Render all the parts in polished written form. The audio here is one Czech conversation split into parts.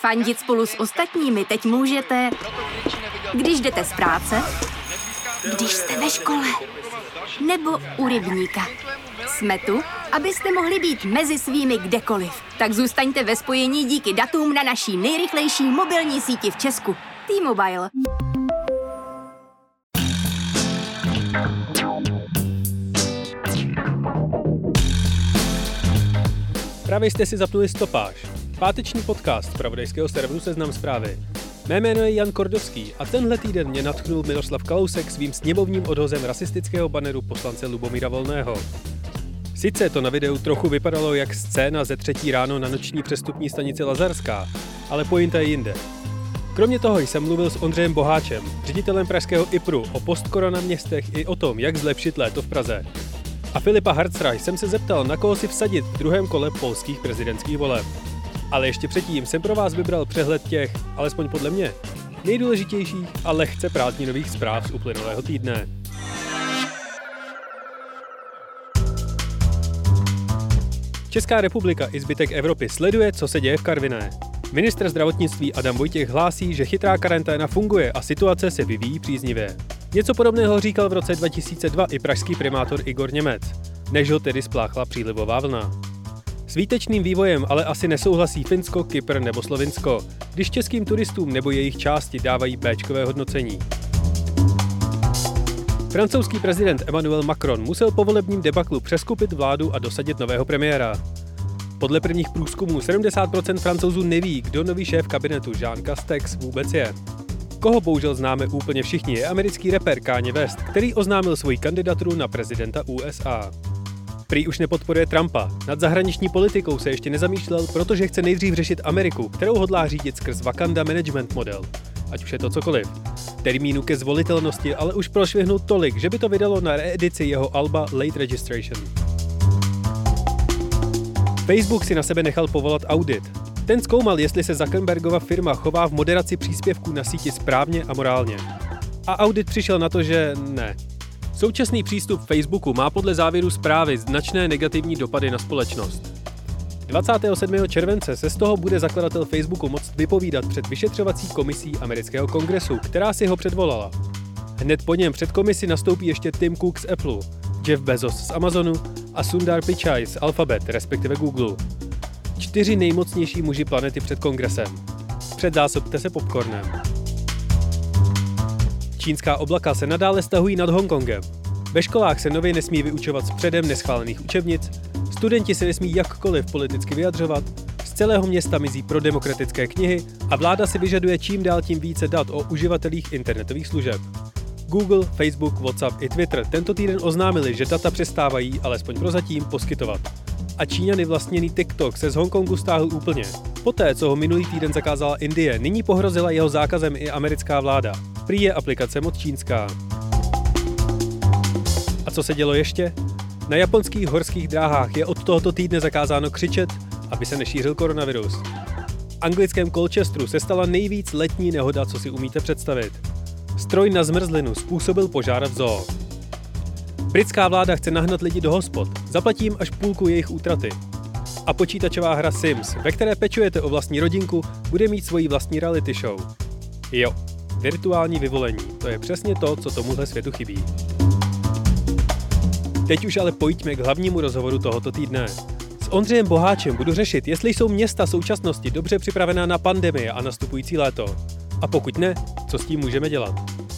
Fandit spolu s ostatními teď můžete, když jdete z práce, když jste ve škole, nebo u rybníka. Jsme tu, abyste mohli být mezi svými kdekoliv. Tak zůstaňte ve spojení díky datům na naší nejrychlejší mobilní síti v Česku. T-Mobile. Právě jste si zapnuli Stopáž, páteční podcast zpravodajského serveru Seznam Zprávy. Mé jméno je Jan Kordovský a tenhle týden mě nadchnul Miroslav Kalousek svým sněmovním odhozem rasistického baneru poslance Lubomíra Volného. Sice to na videu trochu vypadalo jak scéna ze 3. ráno na noční přestupní stanici Lazarská, ale pointa je jinde. Kromě toho jsem mluvil s Ondřejem Boháčem, ředitelem pražského IPRu, o postkorona městech i o tom, jak zlepšit léto v Praze. A Filipa Harzra jsem se zeptal, na koho si vsadit v druhém kole polských prezidentských voleb. Ale ještě předtím jsem pro vás vybral přehled těch, alespoň podle mě, nejdůležitějších a lehce prázdninových zpráv z uplynulého týdne. Česká republika i zbytek Evropy sleduje, co se děje v Karviné. Ministr zdravotnictví Adam Vojtěch hlásí, že chytrá karanténa funguje a situace se vyvíjí příznivě. Něco podobného říkal v roce 2002 i pražský primátor Igor Němec, než ho tedy spláchla přílivová vlna. S výtečným vývojem ale asi nesouhlasí Finsko, Kypr nebo Slovinsko, když českým turistům nebo jejich části dávají Bčkové hodnocení. Francouzský prezident Emmanuel Macron musel po volebním debaklu přeskupit vládu a dosadit nového premiéra. Podle prvních průzkumů 70% Francouzů neví, kdo nový šéf kabinetu Jean Castex vůbec je. Koho bohužel známe úplně všichni, je americký rapper Kanye West, který oznámil svoji kandidaturu na prezidenta USA. Prý už nepodporuje Trumpa. Nad zahraniční politikou se ještě nezamýšlel, protože chce nejdřív řešit Ameriku, kterou hodlá řídit skrz Wakanda Management Model. Ať už je to cokoliv. Termínu ke zvolitelnosti ale už prošvihnul tolik, že by to vydalo na reedici jeho alba Late Registration. Facebook si na sebe nechal povolat audit. Ten zkoumal, jestli se Zuckerbergova firma chová v moderaci příspěvků na síti správně a morálně. A audit přišel na to, že ne. Současný přístup Facebooku má podle závěru zprávy značné negativní dopady na společnost. 27. července se z toho bude zakladatel Facebooku moct vypovídat před vyšetřovací komisí amerického kongresu, která si ho předvolala. Hned po něm před komisi nastoupí ještě Tim Cook z Apple, Jeff Bezos z Amazonu a Sundar Pichai z Alphabet, respektive Google. 4 nejmocnější muži planety před kongresem. Předzásobte se popcornem. Čínská oblaka se nadále stahují nad Hongkongem. Ve školách se nově nesmí vyučovat z předem neschválených učebnic, studenti se nesmí jakkoliv politicky vyjadřovat, z celého města mizí prodemokratické knihy a vláda si vyžaduje čím dál tím více dat o uživatelích internetových služeb. Google, Facebook, WhatsApp i Twitter tento týden oznámili, že data přestávají, alespoň prozatím, poskytovat. A Číňany vlastněný TikTok se z Hongkongu stáhl úplně. Poté, co ho minulý týden zakázala Indie, nyní pohrozila jeho zákazem i americká vláda. Prý je aplikace moc čínská. A co se dělo ještě? Na japonských horských dráhách je od tohoto týdne zakázáno křičet, aby se nešířil koronavirus. V anglickém Colchesteru se stala nejvíc letní nehoda, co si umíte představit. Stroj na zmrzlinu způsobil požár v zoo. Britská vláda chce nahnat lidi do hospod, zaplatí jim až půlku jejich útraty. A počítačová hra Sims, ve které pečujete o vlastní rodinku, bude mít svoji vlastní reality show. Jo, virtuální vyvolení, to je přesně to, co tomuhle světu chybí. Teď už ale pojďme k hlavnímu rozhovoru tohoto týdne. S Ondřejem Boháčem budu řešit, jestli jsou města současnosti dobře připravená na pandemie a nastupující léto. A pokud ne, co s tím můžeme dělat?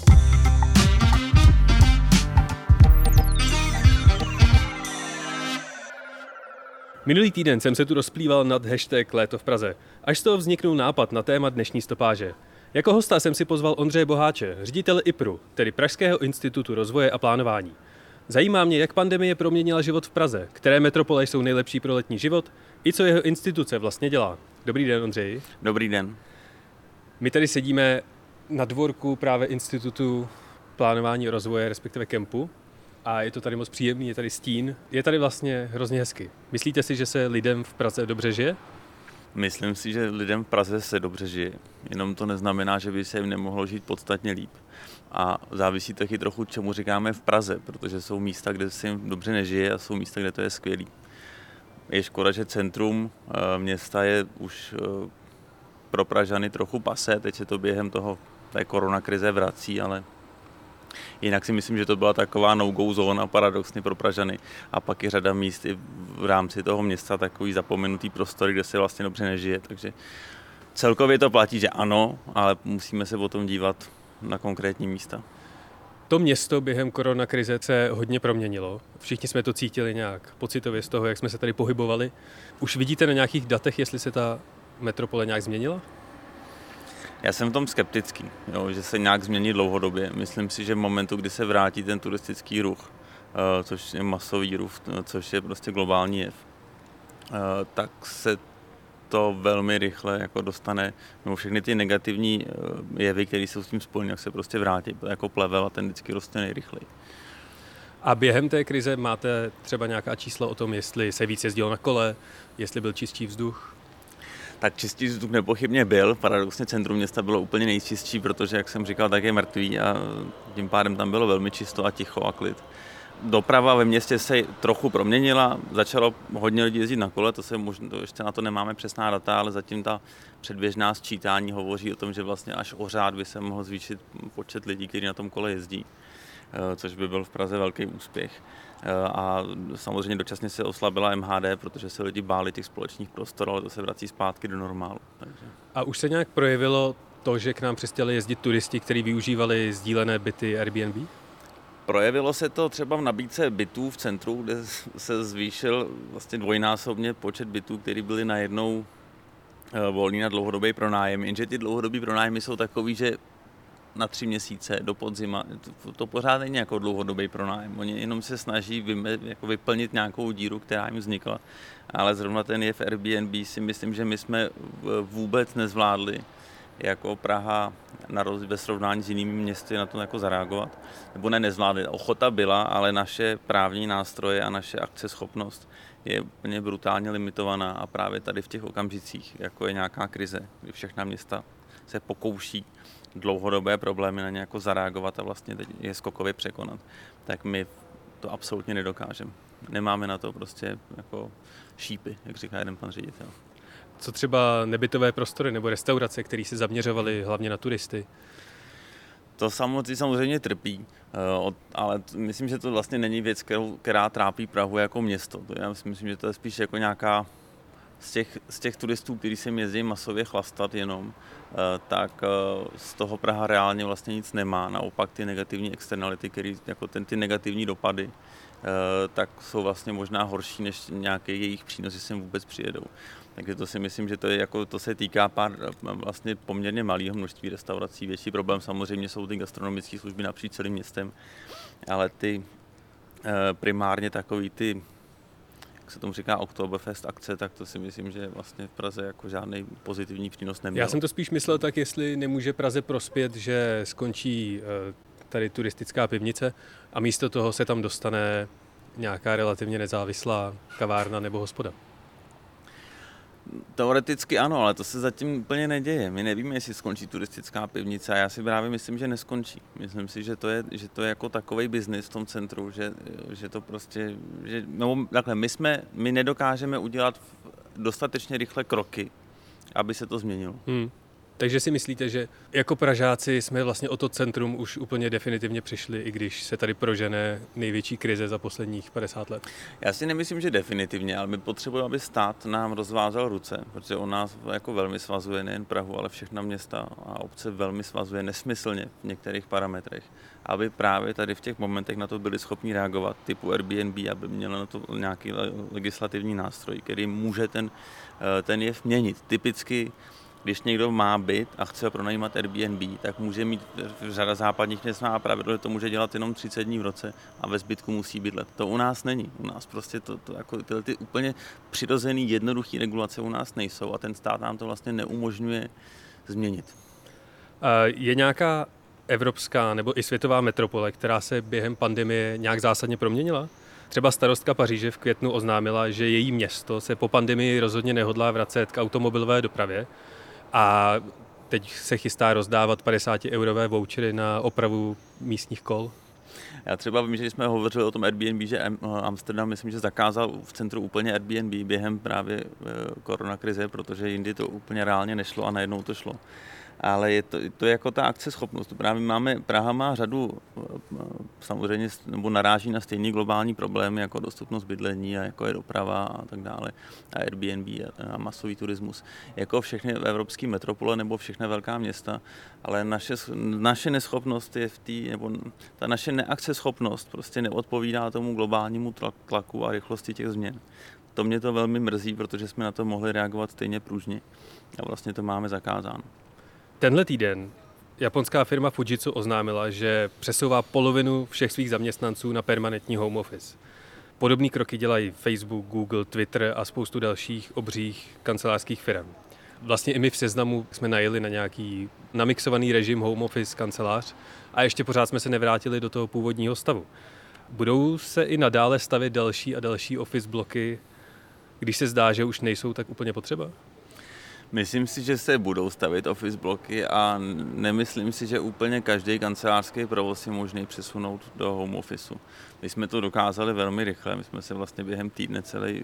Minulý týden jsem se tu rozplýval nad hashtag Léto v Praze, až z toho vzniknul nápad na téma dnešní stopáže. Jako hosta jsem si pozval Ondřeje Boháče, ředitele IPRu, tedy Pražského institutu rozvoje a plánování. Zajímá mě, jak pandemie proměnila život v Praze, které metropole jsou nejlepší pro letní život i co jeho instituce vlastně dělá. Dobrý den, Ondřeji. Dobrý den. My tady sedíme na dvorku právě institutu plánování rozvoje, respektive kempu. A je to tady moc příjemný, je tady stín. Je tady vlastně hrozně hezky. Myslíte si, že se lidem v Praze dobře žije? Myslím si, že lidem v Praze se dobře žije. Jenom to neznamená, že by se jim nemohlo žít podstatně líp. A závisí taky trochu, čemu říkáme v Praze, protože jsou místa, kde se jim dobře nežije a jsou místa, kde to je skvělý. Je škoda, že centrum města je už pro Pražany trochu pase, teď se to během té koronakrize vrací, ale jinak si myslím, že to byla taková no-go zóna paradoxně pro Pražany. A pak je řada míst i v rámci toho města takový zapomenutý prostory, kde se vlastně dobře nežije. Takže celkově to platí, že ano, ale musíme se potom dívat na konkrétní místa. To město během koronakrize se hodně proměnilo. Všichni jsme to cítili nějak pocitově z toho, jak jsme se tady pohybovali. Už vidíte na nějakých datech, jestli se ta metropole nějak změnila? Já jsem v tom skeptický, že se nějak změní dlouhodobě. Myslím si, že v momentu, kdy se vrátí ten turistický ruch, což je masový ruch, což je prostě globální jev, tak se to velmi rychle jako dostane, nebo všechny ty negativní jevy, které jsou s tím spojeny, jak se prostě vrátí, jako plevel a ten vždycky roste nejrychleji. A během té krize máte třeba nějaká čísla o tom, jestli se víc jezdilo na kole, jestli byl čistší vzduch? Tak čistý vzduch nepochybně byl, paradoxně centrum města bylo úplně nejčistší, protože, jak jsem říkal, tak je mrtvý a tím pádem tam bylo velmi čisto a ticho a klid. Doprava ve městě se trochu proměnila, začalo hodně lidí jezdit na kole, to ještě na to nemáme přesná data, ale zatím ta předběžná sčítání hovoří o tom, že vlastně až o řád by se mohl zvýšit počet lidí, kteří na tom kole jezdí, což by byl v Praze velký úspěch. A samozřejmě dočasně se oslabila MHD, protože se lidi báli těch společných prostor, ale to se vrací zpátky do normálu. Takže. A už se nějak projevilo to, že k nám přestali jezdit turisti, kteří využívali sdílené byty Airbnb? Projevilo se to třeba v nabídce bytů v centru, kde se zvýšil vlastně dvojnásobně počet bytů, které byly najednou volný na dlouhodobý pronájem. Jenže ty dlouhodobý pronájmy jsou takový, že na 3 měsíce do podzima, to pořád není jako dlouhodobý pronájem. Oni jenom se snaží vyplnit nějakou díru, která jim vznikla. Ale zrovna ten jev Airbnb si myslím, že my jsme vůbec nezvládli jako Praha ve srovnání s jinými městy na to jako zareagovat. Nebo nezvládli. Ochota byla, ale naše právní nástroje a naše akceschopnost je úplně brutálně limitovaná a právě tady v těch okamžicích, jako je nějaká krize, kdy všechna města se pokouší dlouhodobé problémy na ně jako zareagovat a vlastně teď je skokově překonat, tak my to absolutně nedokážeme. Nemáme na to prostě jako šípy, jak říká jeden pan ředitel. Co třeba nebytové prostory nebo restaurace, které se zaměřovaly hlavně na turisty? To samozřejmě trpí, ale myslím, že to vlastně není věc, která trápí Prahu jako město. Já myslím, že to je spíš jako nějaká z těch turistů, kteří sem jezdí masově chlastat jenom, tak z toho Praha reálně vlastně nic nemá. Naopak ty negativní externality, jako ty negativní dopady, tak jsou vlastně možná horší než nějaký jejich přínos, že sem vůbec přijedou. Takže to si myslím, že to se týká vlastně poměrně malého množství restaurací. Větší problém samozřejmě jsou ty gastronomické služby napříč celým městem, ale ty primárně takový ty, jak se tomu říká, Oktoberfest akce, tak to si myslím, že vlastně v Praze jako žádný pozitivní přínos neměl. Já jsem to spíš myslel tak, jestli nemůže Praze prospět, že skončí tady turistická pivnice a místo toho se tam dostane nějaká relativně nezávislá kavárna nebo hospoda. Teoreticky ano, ale to se zatím úplně neděje. My nevíme, jestli skončí turistická pivnice a já si právě myslím, že neskončí. Myslím si, že to je jako takovej biznis v tom centru, že to prostě, takhle, my nedokážeme udělat dostatečně rychle kroky, aby se to změnilo. Takže si myslíte, že jako Pražáci jsme vlastně o to centrum už úplně definitivně přišli, i když se tady prožene největší krize za posledních 50 let? Já si nemyslím, že definitivně, ale my potřebujeme, aby stát nám rozvázal ruce, protože on nás jako velmi svazuje nejen Prahu, ale všechna města a obce velmi svazuje nesmyslně v některých parametrech, aby právě tady v těch momentech na to byli schopni reagovat, typu Airbnb, aby mělo na to nějaký legislativní nástroj, který může ten jev měnit. Typicky když někdo má byt a chce pronajímat Airbnb, tak může mít řada západních měst má pravidlo, že to může dělat jenom 30 dní v roce a ve zbytku musí bydlet. To u nás není. U nás prostě jako ty úplně přirozený, jednoduchý regulace u nás nejsou a ten stát nám to vlastně neumožňuje změnit. Je nějaká evropská nebo i světová metropole, která se během pandemie nějak zásadně proměnila? Třeba starostka Paříže v květnu oznámila, že její město se po pandemii rozhodně nehodlá vracet k automobilové dopravě a teď se chystá rozdávat 50 eurové vouchery na opravu místních kol. Já třeba vím, že když jsme hovořili o tom Airbnb, že Amsterdam, myslím, že zakázal v centru úplně Airbnb během právě koronakrize, protože jindy to úplně reálně nešlo a najednou to šlo. Ale je to jako ta akceschopnost. Právě Praha má řadu, samozřejmě, nebo naráží na stejný globální problémy, jako dostupnost bydlení a jako je doprava a tak dále, a Airbnb a masový turismus. Jako všechny evropské metropole nebo všechny velká města, ale naše neschopnost je nebo ta naše neakceschopnost prostě neodpovídá tomu globálnímu tlaku a rychlosti těch změn. To mě to velmi mrzí, protože jsme na to mohli reagovat stejně pružně a vlastně to máme zakázáno. Tenhle týden japonská firma Fujitsu oznámila, že přesouvá polovinu všech svých zaměstnanců na permanentní home office. Podobné kroky dělají Facebook, Google, Twitter a spoustu dalších obřích kancelářských firm. Vlastně i my v Seznamu jsme najeli na nějaký namixovaný režim home office kancelář a ještě pořád jsme se nevrátili do toho původního stavu. Budou se i nadále stavět další a další office bloky, když se zdá, že už nejsou tak úplně potřeba? Myslím si, že se budou stavět office bloky a nemyslím si, že úplně každý kancelářský provoz je možný přesunout do home officeu. My jsme to dokázali velmi rychle, my jsme se vlastně během týdne celý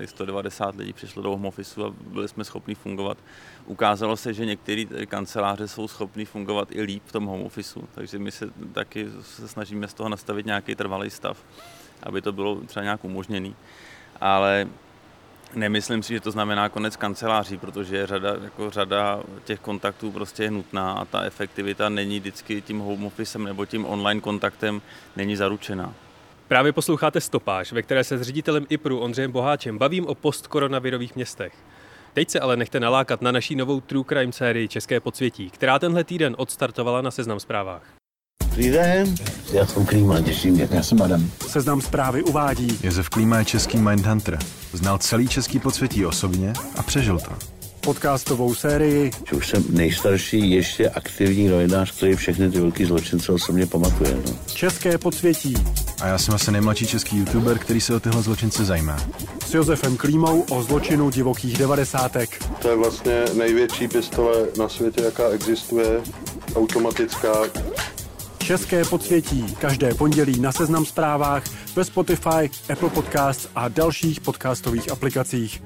190 lidí přišlo do home officeu a byli jsme schopni fungovat. Ukázalo se, že některé kanceláře jsou schopni fungovat i líp v tom home officeu, takže my se taky snažíme z toho nastavit nějaký trvalý stav, aby to bylo třeba nějak umožněný. Ale nemyslím si, že to znamená konec kanceláří, protože řada těch kontaktů prostě je nutná a ta efektivita není vždycky tím home officem nebo tím online kontaktem není zaručená. Právě posloucháte Stopáž, ve které se s ředitelem IPRu Ondřejem Boháčem bavím o postkoronavirových městech. Teď se ale nechte nalákat na naší novou True Crime sérii České podsvětí, která tenhle týden odstartovala na Seznam Zprávách. Dobrý den, já jsem Klíma, těším mě. Já jsem Adam. Seznam Zprávy uvádí. Josef Klíma je český Mindhunter. Znal celý český podsvětí osobně a přežil to. Podcastovou sérii. Už jsem nejstarší ještě aktivní novinář, který všechny ty velký zločince osobně pamatuje. No. České podsvětí. A já jsem asi nejmladší český youtuber, který se o tyhle zločince zajímá. S Josefem Klímou o zločinu divokých devadesátek. To je vlastně největší pistole na světě, jaká existuje, automatická. České podsvětí. Každé pondělí na Seznam Zprávách, ve Spotify, Apple Podcasts a dalších podcastových aplikacích.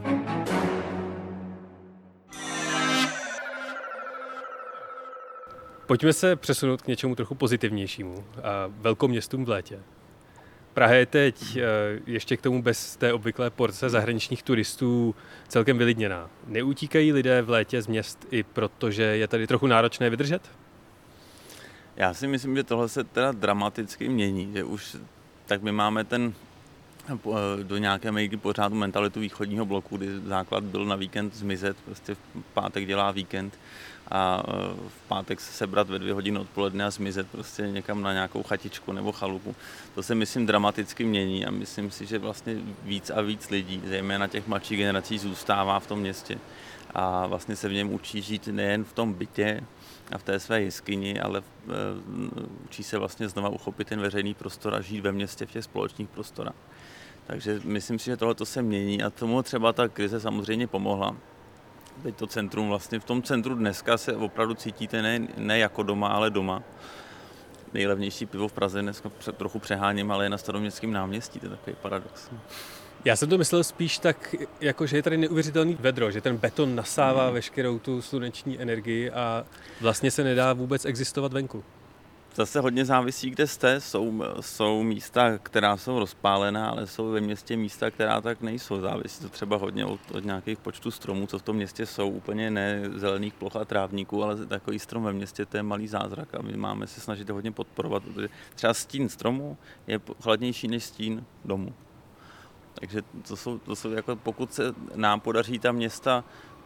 Pojďme se přesunout k něčemu trochu pozitivnějšímu. Velkoměstům v létě. Praha je teď ještě k tomu bez té obvyklé porce zahraničních turistů celkem vylidněná. Neutíkají lidé v létě z měst i protože je tady trochu náročné vydržet? Já si myslím, že tohle se teda dramaticky mění, že už tak my máme do nějaké míry pořád mentalitu východního bloku, kdy základ byl na víkend zmizet, prostě v pátek dělá víkend a v pátek se sebrat ve 2 hodiny odpoledne a zmizet prostě někam na nějakou chatičku nebo chalupu. To se, myslím, dramaticky mění a myslím si, že vlastně víc a víc lidí, zejména těch mladších generací, zůstává v tom městě a vlastně se v něm učí žít nejen v tom bytě a v té své jeskyni, ale učí se vlastně znova uchopit ten veřejný prostor a žít ve městě v těch společných prostorách. Takže myslím si, že tohle se mění a tomu třeba ta krize samozřejmě pomohla. Teď to centrum vlastně, v tom centru dneska se opravdu cítíte ne jako doma, ale doma. Nejlevnější pivo v Praze dneska trochu přeháním, ale je na Staroměstském náměstí, to je takový paradox. Já jsem to myslel spíš tak, jako že je tady neuvěřitelný vedro, že ten beton nasává veškerou tu sluneční energii a vlastně se nedá vůbec existovat venku. Zase hodně závisí, kde jste. Jsou místa, která jsou rozpálená, ale jsou ve městě místa, která tak nejsou. Závisí to třeba hodně od nějakých počtů stromů, co v tom městě jsou. Úplně ne zelených ploch a trávníků, ale takový strom ve městě, to je malý zázrak a my máme se snažit hodně podporovat, protože třeba stín stromu je chladnější než stín domu. Takže to jsou jako, pokud se nám podaří ta města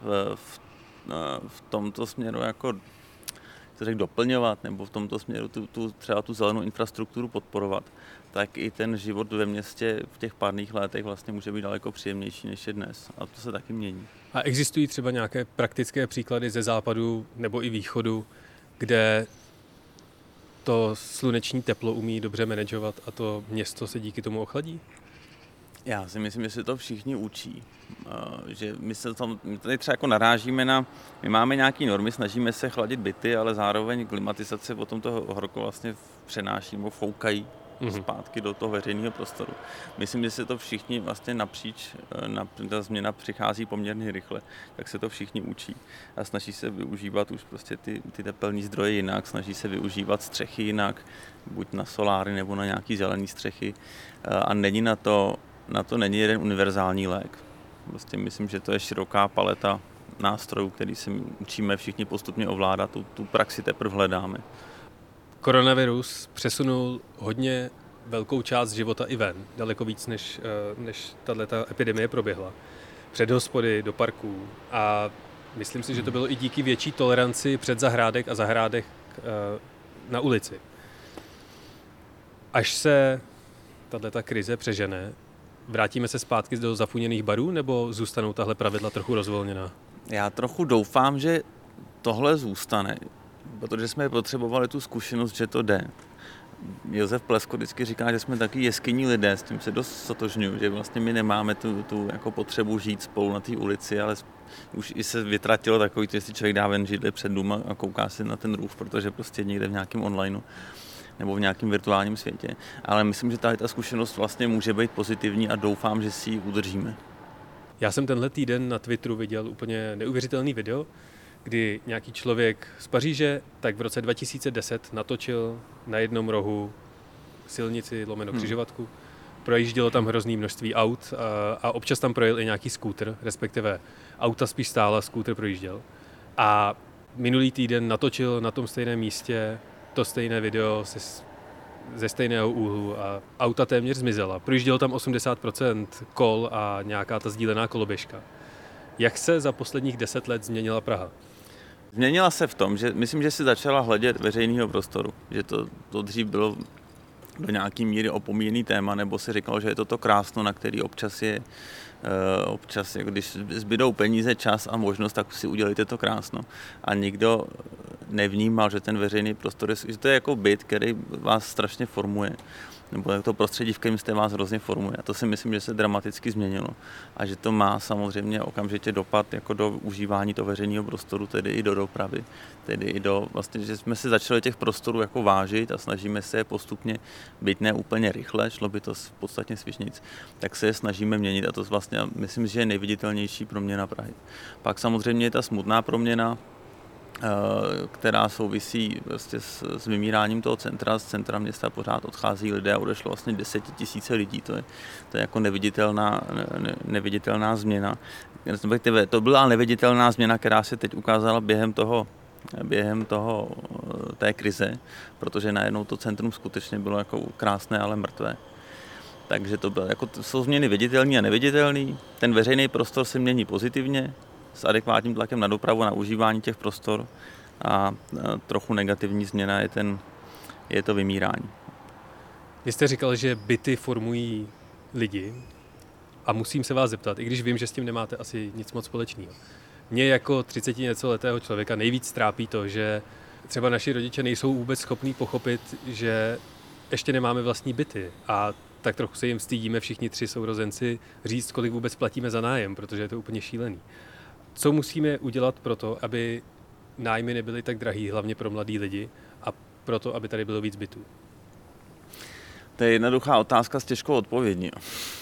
v tomto směru jako doplňovat nebo v tomto směru třeba tu zelenou infrastrukturu podporovat, tak i ten život ve městě v těch párných letech vlastně může být daleko příjemnější než je dnes. A to se taky mění. A existují třeba nějaké praktické příklady ze západu nebo i východu, kde to sluneční teplo umí dobře manažovat a to město se díky tomu ochladí? Já si myslím, že se to všichni učí. Že my tady třeba jako narážíme my máme nějaké normy, snažíme se chladit byty, ale zároveň klimatizace potom to horko vlastně přenáší nebo foukají zpátky do toho veřejného prostoru. Myslím, že se to všichni vlastně napříč, ta změna přichází poměrně rychle, tak se to všichni učí a snaží se využívat už prostě ty tepelné zdroje jinak, snaží se využívat střechy jinak, buď na soláry nebo na nějaký zelený střechy a není na to není jeden univerzální lék. Prostě myslím, že to je široká paleta nástrojů, který si učíme všichni postupně ovládat, tu praxi teprve hledáme. Koronavirus přesunul hodně velkou část života i ven, daleko víc, než tato epidemie proběhla. Před hospody, do parků a myslím si, že to bylo i díky větší toleranci před zahrádek a zahrádek na ulici. Až se tato krize přežene, vrátíme se zpátky do zafuněných barů, nebo zůstanou tahle pravidla trochu rozvolněná? Já trochu doufám, že tohle zůstane, protože jsme potřebovali tu zkušenost, že to jde. Josef Plesko vždycky říká, že jsme taky jeskyní lidé, s tím se dost sotožňuji, že vlastně my nemáme tu jako potřebu žít spolu na té ulici, ale už i se vytratilo takový, že si člověk dá ven židli před dům a kouká si na ten růf, protože prostě někde v nějakém onlineu nebo v nějakém virtuálním světě. Ale myslím, že ta zkušenost vlastně může být pozitivní a doufám, že si ji udržíme. Já jsem tenhle týden na Twitteru viděl úplně neuvěřitelný video, kdy nějaký člověk z Paříže tak v roce 2010 natočil na jednom rohu silnici / křižovatku. Projíždělo tam hrozný množství aut a občas tam projel i nějaký skútr, respektive auta spíš stála, skútr projížděl. A minulý týden natočil na tom stejném místě to stejné video ze stejného úhlu a auta téměř zmizela. Projíždělo tam 80% kol a nějaká ta sdílená koloběžka. Jak se za posledních 10 let změnila Praha? Změnila se v tom, že myslím, že si začala hledět veřejného prostoru. Že to dřív bylo do nějaký míry opomíjený téma, nebo si říkalo, že je to krásno, na který občas když zbydou peníze, čas a možnost, tak si udělejte to krásno. A nikdo nevnímal, že ten veřejný prostor že to je jako byt, který vás strašně formuje. Nebo to prostředí, v kterém jste vás hrozně formuje. A to si myslím, že se dramaticky změnilo. A že to má samozřejmě okamžitě dopad jako do užívání toho veřejného prostoru, tedy i do dopravy. Tedy i do, vlastně, že jsme si začali těch prostorů jako vážit a snažíme se je postupně, byť ne úplně rychle, šlo by to podstatně svižnějc, tak se je snažíme měnit. A to vlastně myslím, že je nejviditelnější proměna Prahy. Pak samozřejmě je ta smutná proměna, která souvisí vlastně s vymíráním toho centra. Z centra města pořád odchází lidé a odešlo vlastně 10 000 lidí. To je jako neviditelná změna. To byla neviditelná změna, která se teď ukázala během té krize, protože najednou to centrum skutečně bylo jako krásné, ale mrtvé. Takže to bylo, jako, jsou změny viditelné a neviditelné. Ten veřejný prostor se mění pozitivně, s adekvátním tlakem na dopravu, na užívání těch prostor a trochu negativní změna je to vymírání. Vy jste říkal, že byty formují lidi a musím se vás zeptat, i když vím, že s tím nemáte asi nic moc společného. Mě jako 30 něco letého člověka nejvíc trápí to, že třeba naši rodiče nejsou vůbec schopní pochopit, že ještě nemáme vlastní byty a tak trochu se jim stydíme všichni 3 sourozenci říct, kolik vůbec platíme za nájem, protože je to úplně šílený. Co musíme udělat pro to, aby nájmy nebyly tak drahý, hlavně pro mladý lidi, a pro to, aby tady bylo víc bytů? To je jednoduchá otázka s těžkou odpovědí.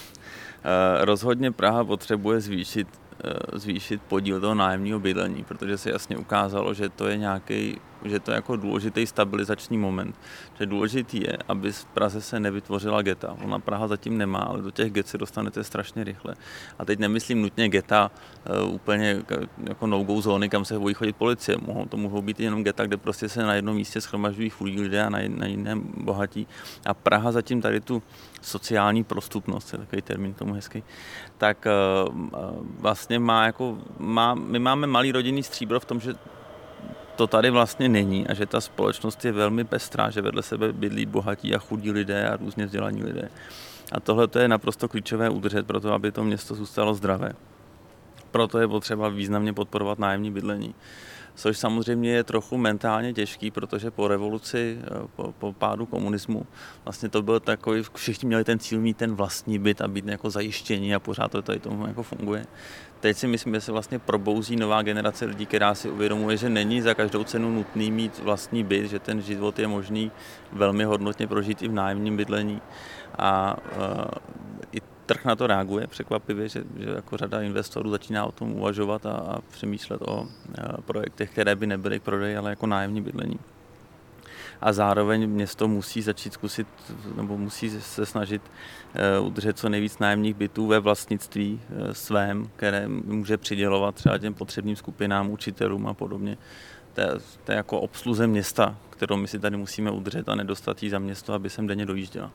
Rozhodně Praha potřebuje zvýšit podíl toho nájemního bydlení, protože se jasně ukázalo, že to je jako důležitý stabilizační moment. Že důležitý je, aby v Praze se nevytvořila geta. Ona Praha zatím nemá, ale do těch get se dostanete strašně rychle. A teď nemyslím nutně geta úplně jako no-go zóny, kam se bojí chodit policie. To mohou být jenom geta, kde prostě se na jednom místě shromažďují chudí lidé a na jiném bohatí. A Praha zatím tady tu sociální prostupnost, je takový termín tomu hezký, tak vlastně my máme malý rodinný stříbro v tom, že to tady vlastně není a že ta společnost je velmi pestrá, že vedle sebe bydlí bohatí a chudí lidé a různě vzdělaní lidé. A tohle je naprosto klíčové udržet pro to, aby to město zůstalo zdravé. Proto je potřeba významně podporovat nájemní bydlení. což samozřejmě je trochu mentálně těžký, protože po revoluci, po pádu komunismu, vlastně to byl takový, všichni měli ten cíl mít ten vlastní byt a být jako zajištění a pořád to tady tomu jako funguje. Teď si myslím, že se vlastně probouzí nová generace lidí, která si uvědomuje, že není za každou cenu nutný mít vlastní byt, že ten život je možný velmi hodnotně prožít i v nájemním bydlení. A i trh na to reaguje překvapivě, že jako řada investorů začíná o tom uvažovat a přemýšlet o projektech, které by nebyly k prodeji, ale jako nájemní bydlení. A zároveň město musí začít zkusit, nebo musí se snažit udržet co nejvíc nájemních bytů ve vlastnictví svém, které může přidělovat třeba těm potřebným skupinám, učitelům a podobně. To je jako obsluze města, kterou my si tady musíme udržet a nedostat jí za město, aby sem denně dojížděla.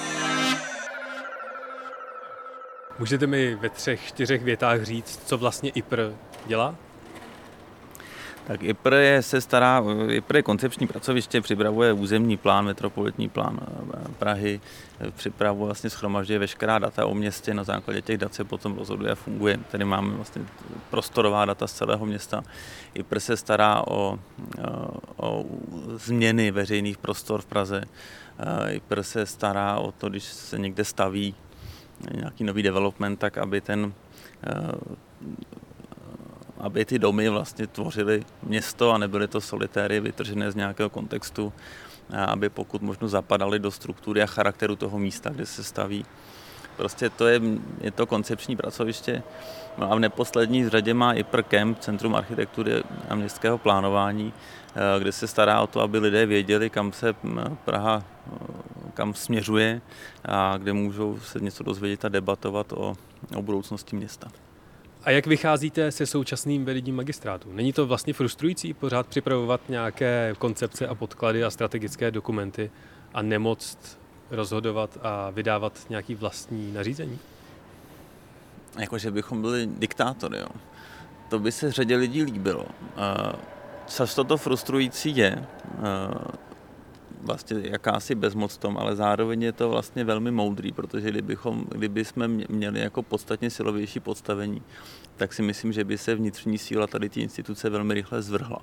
Můžete mi ve 3-4 větách říct, co vlastně IPR dělá? Tak IPR je koncepční pracoviště, připravuje územní plán, metropolitní plán Prahy, připravuje vlastně shromažďuje veškerá data o městě, na základě těch dat se potom rozhoduje a funguje. Tady máme vlastně prostorová data z celého města. IPR se stará o změny veřejných prostor v Praze. IPR se stará o to, když se někde staví nějaký nový development, tak aby ty domy vlastně tvořily město a nebyly to solitéry vytržené z nějakého kontextu, aby pokud možno zapadaly do struktury a charakteru toho místa, kde se staví. Prostě je to koncepční pracoviště. No a v neposlední řadě má IPR Camp, Centrum architektury a městského plánování, kde se stará o to, aby lidé věděli, kam se Praha kam směřuje a kde můžou se něco dozvědět a debatovat o budoucnosti města. A jak vycházíte se současným vedením magistrátu? Není to vlastně frustrující pořád připravovat nějaké koncepce a podklady a strategické dokumenty a nemoct rozhodovat a vydávat nějaký vlastní nařízení? Jakože bychom byli diktátory, jo. To by se řadě lidí líbilo. Často to frustrující je, vlastně jakási bezmoc tom, ale zároveň je to vlastně velmi moudrý, protože kdyby jsme měli jako podstatně silovější podstavení, tak si myslím, že by se vnitřní síla tady ty instituce velmi rychle zvrhla.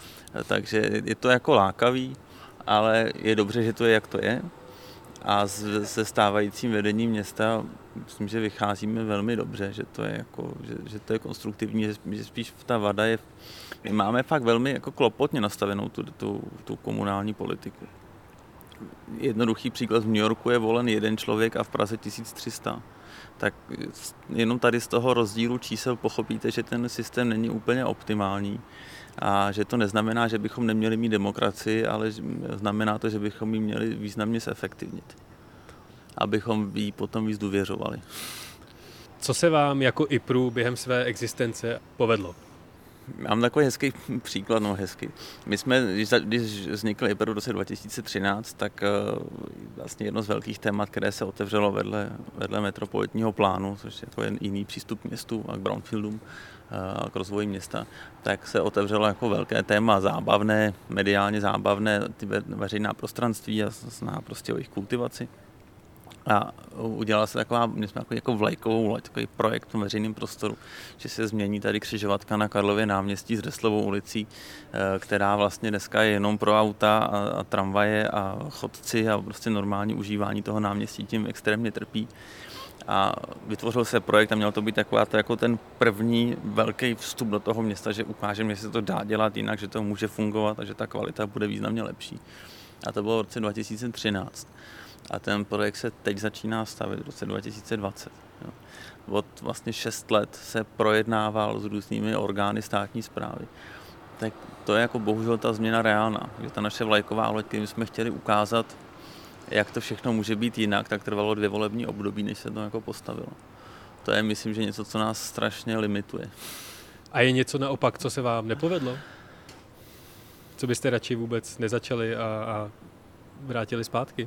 Takže je to jako lákavý, ale je dobře, že to je, jak to je. A se stávajícím vedením města myslím, že vycházíme velmi dobře, že to je, jako, že to je konstruktivní, že spíš ta vada je, my máme fakt velmi jako klopotně nastavenou tu komunální politiku. Jednoduchý příklad, v New Yorku je volen jeden člověk a v Praze 1300. Tak jenom tady z toho rozdílu čísel pochopíte, že ten systém není úplně optimální a že to neznamená, že bychom neměli mít demokracii, ale znamená to, že bychom ji měli významně zefektivnit, abychom jí potom víc důvěřovali. Co se vám jako IPRu během své existence povedlo? Mám takový hezký příklad, hezký. My jsme, když vznikl IPR v roce 2013, tak vlastně jedno z velkých témat, které se otevřelo vedle metropolitního plánu, což je jako jiný přístup k městu a k brownfieldům a k rozvoji města, tak se otevřelo jako velké téma zábavné, mediálně zábavné, ty veřejná prostranství a snaha prostě o jejich kultivaci. A udělala se my jsme jako vlajkovou loď, takový projekt v veřejném prostoru, že se změní tady křižovatka na Karlově náměstí s Resslovou ulicí, která vlastně dneska je jenom pro auta a tramvaje a chodci a prostě normální užívání toho náměstí tím extrémně trpí. A vytvořil se projekt a měl to být jako ten první velký vstup do toho města, že ukážeme, že se to dá dělat jinak, že to může fungovat a že ta kvalita bude významně lepší. A to bylo v roce 2013. A ten projekt se teď začíná stavit v roce 2020. Od vlastně 6 let se projednával s různými orgány státní správy. Tak to je jako bohužel ta změna reálná. Že ta naše vlajková loď, kterým jsme chtěli ukázat, jak to všechno může být jinak, tak trvalo 2 volební období, než se to jako postavilo. To je, myslím, že něco, co nás strašně limituje. A je něco naopak, co se vám nepovedlo? Co byste radši vůbec nezačali a vrátili zpátky?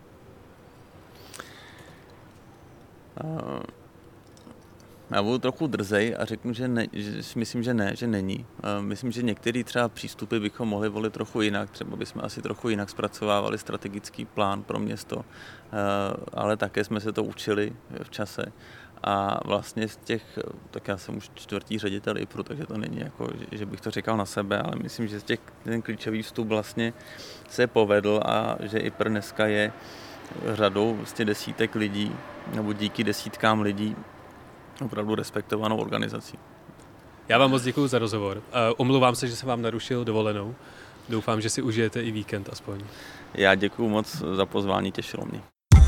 Já budu trochu drzej a řeknu, že myslím, že není. Myslím, že některé třeba přístupy bychom mohli volit trochu jinak, třeba bychom asi trochu jinak zpracovávali strategický plán pro město, ale také jsme se to učili v čase A vlastně z těch, tak já jsem už 4. ředitel IPRu, takže to není jako, že bych to říkal na sebe, ale myslím, že z těch ten klíčový vstup vlastně se povedl a že IPR dneska je řadou vlastně desítek lidí, nebo díky desítkám lidí opravdu respektovanou organizací. Já vám moc děkuju za rozhovor. Omlouvám se, že jsem vám narušil dovolenou. Doufám, že si užijete i víkend aspoň. Já děkuju moc za pozvání, těšilo mě.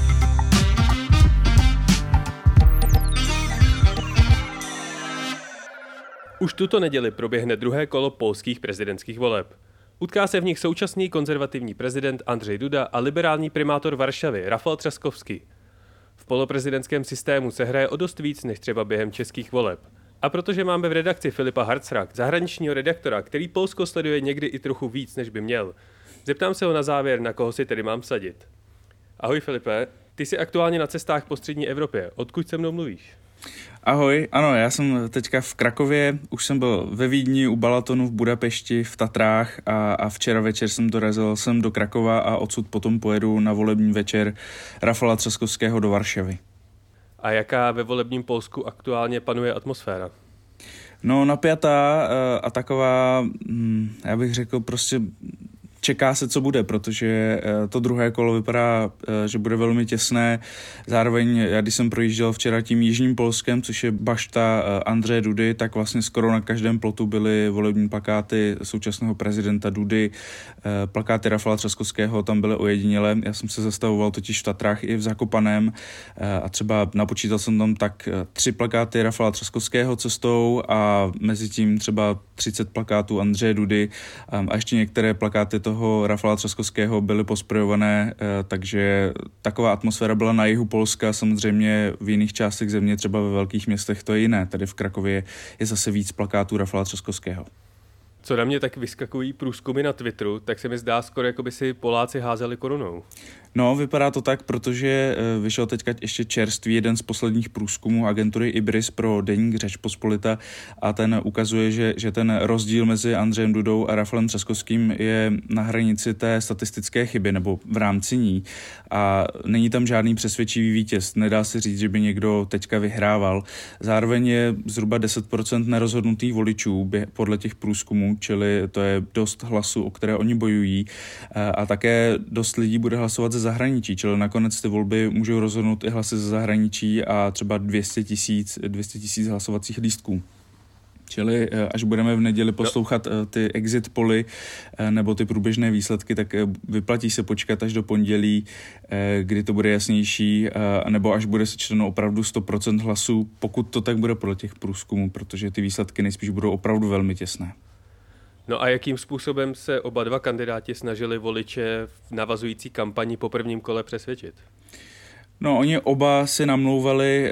Už tuto neděli proběhne druhé kolo polských prezidentských voleb. Utká se v nich současný konzervativní prezident Andrzej Duda a liberální primátor Varšavy Rafał Trzaskowski. V poloprezidentském systému se hraje o dost víc než třeba během českých voleb. A protože máme v redakci Filipa Harcra, zahraničního redaktora, který Polsko sleduje někdy i trochu víc, než by měl, zeptám se ho na závěr, na koho si tedy mám vsadit. Ahoj Filipe, ty jsi aktuálně na cestách po střední Evropě. Odkud se mnou mluvíš? Ahoj, ano, já jsem teďka v Krakově, už jsem byl ve Vídni, u Balatonu, v Budapešti, v Tatrách a včera večer jsem dorazil sem do Krakova a odsud potom pojedu na volební večer Rafała Trzaskowskiego do Varšavy. A jaká ve volebním Polsku aktuálně panuje atmosféra? No, napjatá a taková, já bych řekl prostě čeká se, co bude, protože to druhé kolo vypadá, že bude velmi těsné. Zároveň, já když jsem projížděl včera tím jižním Polskem, což je bašta Andreje Dudy, tak vlastně skoro na každém plotu byly volební plakáty současného prezidenta Dudy. Plakáty Rafała Trzaskowskiego tam byly ojedinělé. Já jsem se zastavoval totiž v Tatrách i v Zakopaném a třeba napočítal jsem tam tak 3 plakáty Rafała Trzaskowskiego cestou a mezi tím třeba 30 plakátů Andreje Dudy a ještě některé plakáty toho Rafała Trzaskowskiego byly posprejované, takže taková atmosféra byla na jihu Polska, samozřejmě v jiných částech země, třeba ve velkých městech to je jiné. Tady v Krakově je zase víc plakátů Rafała Trzaskowskiego. Co na mě tak vyskakují průzkumy na Twitteru, tak se mi zdá skoro, jako by si Poláci házeli korunou. No, vypadá to tak, protože vyšel teďka ještě čerstvý jeden z posledních průzkumů agentury Ibris pro deník Řečpospolita a ten ukazuje, že ten rozdíl mezi Andřejem Dudou a Rafalem Trzaskowským je na hranici té statistické chyby nebo v rámci ní a není tam žádný přesvědčivý vítěz. Nedá se říct, že by někdo teďka vyhrával. Zároveň je zhruba 10% nerozhodnutých voličů podle těch průzkumů, čili to je dost hlasů, o které oni bojují a také dost lidí bude hlasovat ze zahraničí, čili nakonec ty volby můžou rozhodnout i hlasy ze zahraničí a třeba 200 000 hlasovacích lístků. Čili až budeme v neděli poslouchat ty exit poly nebo ty průběžné výsledky, tak vyplatí se počkat až do pondělí, kdy to bude jasnější, nebo až bude sečteno opravdu 100% hlasů, pokud to tak bude podle těch průzkumů, protože ty výsledky nejspíš budou opravdu velmi těsné. No a jakým způsobem se oba dva kandidáti snažili voliče v navazující kampani po prvním kole přesvědčit? No, oni oba si namlouvali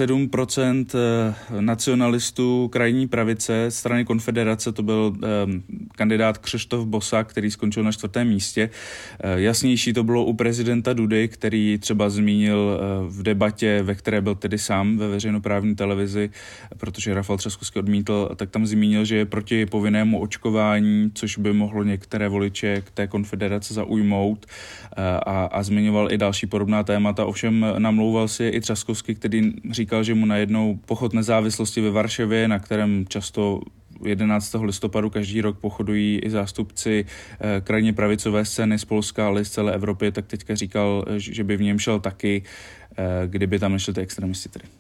7% nacionalistů krajní pravice strany Konfederace, to byl kandidát Krzysztof Bosak, který skončil na 4. místě. Jasnější to bylo u prezidenta Dudy, který třeba zmínil v debatě, ve které byl tedy sám ve veřejnoprávní televizi, protože Rafał Trzaskowski odmítl, tak tam zmínil, že je proti povinnému očkování, což by mohlo některé voliče k té konfederace zaujmout a zmiňoval i další podobná témata. Ovšem namlouval si i Trzaskowski, který říkal, že mu najednou pochod nezávislosti ve Varšavě, na kterém často 11. listopadu každý rok pochodují i zástupci krajně pravicové scény z Polska, ale i z celé Evropy, tak teďka říkal, že by v něm šel taky, kdyby tam nešli ty extremisti tedy.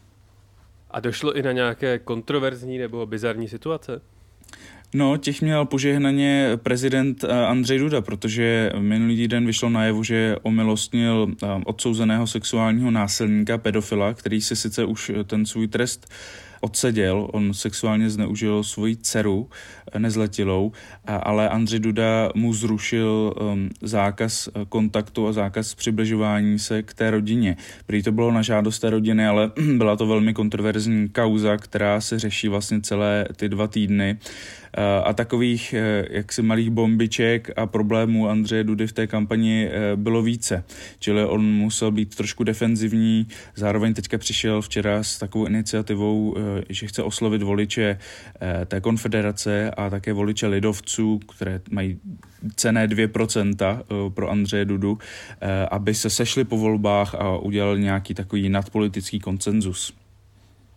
A došlo i na nějaké kontroverzní nebo bizarní situace? No, těch měl požehnaně prezident Andrzej Duda, protože minulý týden vyšlo najevo, že omilostnil odsouzeného sexuálního násilníka, pedofila, který si sice už ten svůj trest odseděl, on sexuálně zneužil svoji dceru nezletilou, ale Andrzej Duda mu zrušil zákaz kontaktu a zákaz přibližování se k té rodině. Prý to bylo na žádost té rodiny, ale byla to velmi kontroverzní kauza, která se řeší vlastně celé ty 2 týdny. A takových jaksi malých bombiček a problémů Andřeje Dudy v té kampani bylo více. Čili on musel být trošku defenzivní, zároveň teďka přišel včera s takovou iniciativou, že chce oslovit voliče té konfederace a také voliče lidovců, které mají cenné 2% pro Andřeje Dudu, aby se sešli po volbách a udělali nějaký takový nadpolitický konsenzus.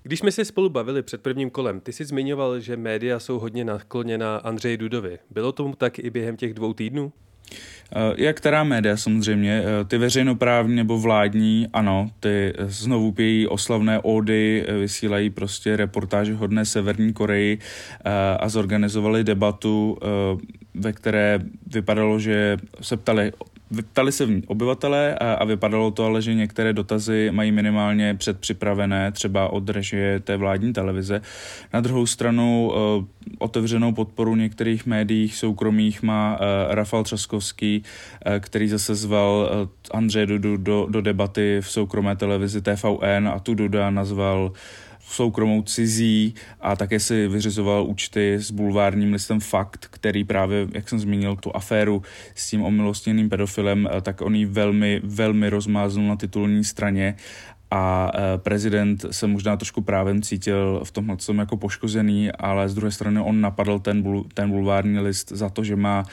Když jsme se spolu bavili před prvním kolem, ty jsi zmiňoval, že média jsou hodně nakloněna Andřeji Dudovi. Bylo tomu tak i během těch 2 týdnů? Jak která média samozřejmě, ty veřejnoprávní nebo vládní, ano, ty znovu pějí oslavné ódy, vysílají prostě reportáže hodné Severní Koreji a zorganizovali debatu, ve které vypadalo, že se ptali se v ní obyvatelé a vypadalo to ale, že některé dotazy mají minimálně předpřipravené, třeba od režie té vládní televize. Na druhou stranu otevřenou podporu některých médií soukromých má Rafal Třaskovský, který zase zval Andřeje Dudu do debaty v soukromé televizi TVN a tu Duda nazval soukromou cizí a také si vyřizoval účty s bulvárním listem Fakt, který právě, jak jsem zmínil, tu aféru s tím omilostněným pedofilem, tak on ji velmi, velmi rozmáznul na titulní straně a prezident se možná trošku právem cítil v tomhle jako poškozený, ale z druhé strany on napadl ten bulvární list za to,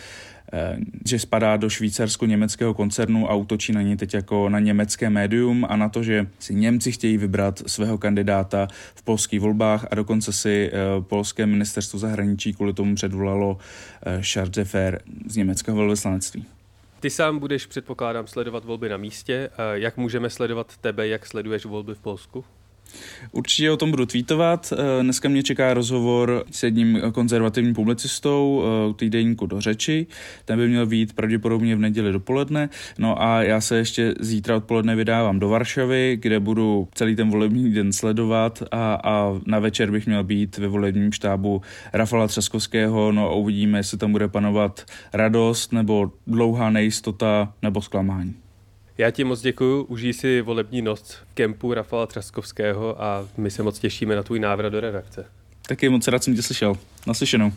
že spadá do švýcarsko-německého koncernu a útočí na něj teď jako na německé médium a na to, že si Němci chtějí vybrat svého kandidáta v polských volbách a dokonce si polské ministerstvo zahraničí kvůli tomu předvolalo Charles de Fer z německého velvyslanectví. Ty sám budeš, předpokládám, sledovat volby na místě. Jak můžeme sledovat tebe, jak sleduješ volby v Polsku? Určitě o tom budu tweetovat. Dneska mě čeká rozhovor s jedním konzervativním publicistou týdeníku Do řeči. Ten by měl být pravděpodobně v neděli dopoledne. No a já se ještě zítra odpoledne vydávám do Varšavy, kde budu celý ten volební den sledovat a na večer bych měl být ve volebním štábu Rafala Třaskovského. No a uvidíme, jestli tam bude panovat radost nebo dlouhá nejistota nebo zklamání. Já ti moc děkuju, užij si volební noc v kempu Rafala Třaskovského a my se moc těšíme na tvůj návrat do redakce. Taky moc rád jsem tě slyšel. Naslyšenou.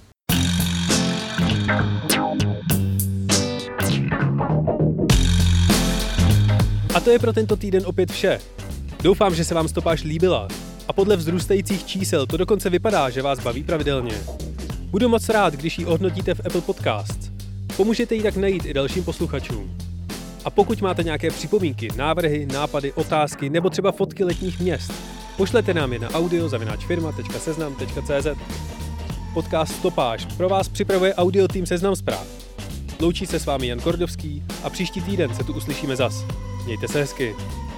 A to je pro tento týden opět vše. Doufám, že se vám stopáž líbila a podle vzrůstajících čísel to dokonce vypadá, že vás baví pravidelně. Budu moc rád, když ji ohodnotíte v Apple Podcasts. Pomůžete ji tak najít i dalším posluchačům. A pokud máte nějaké připomínky, návrhy, nápady, otázky nebo třeba fotky letních měst, pošlete nám je na audio@firma.seznam.cz. Podcast Stopáž pro vás připravuje audio tým Seznam Zpráv. Loučí se s vámi Jan Kordovský a příští týden se tu uslyšíme zas. Mějte se hezky.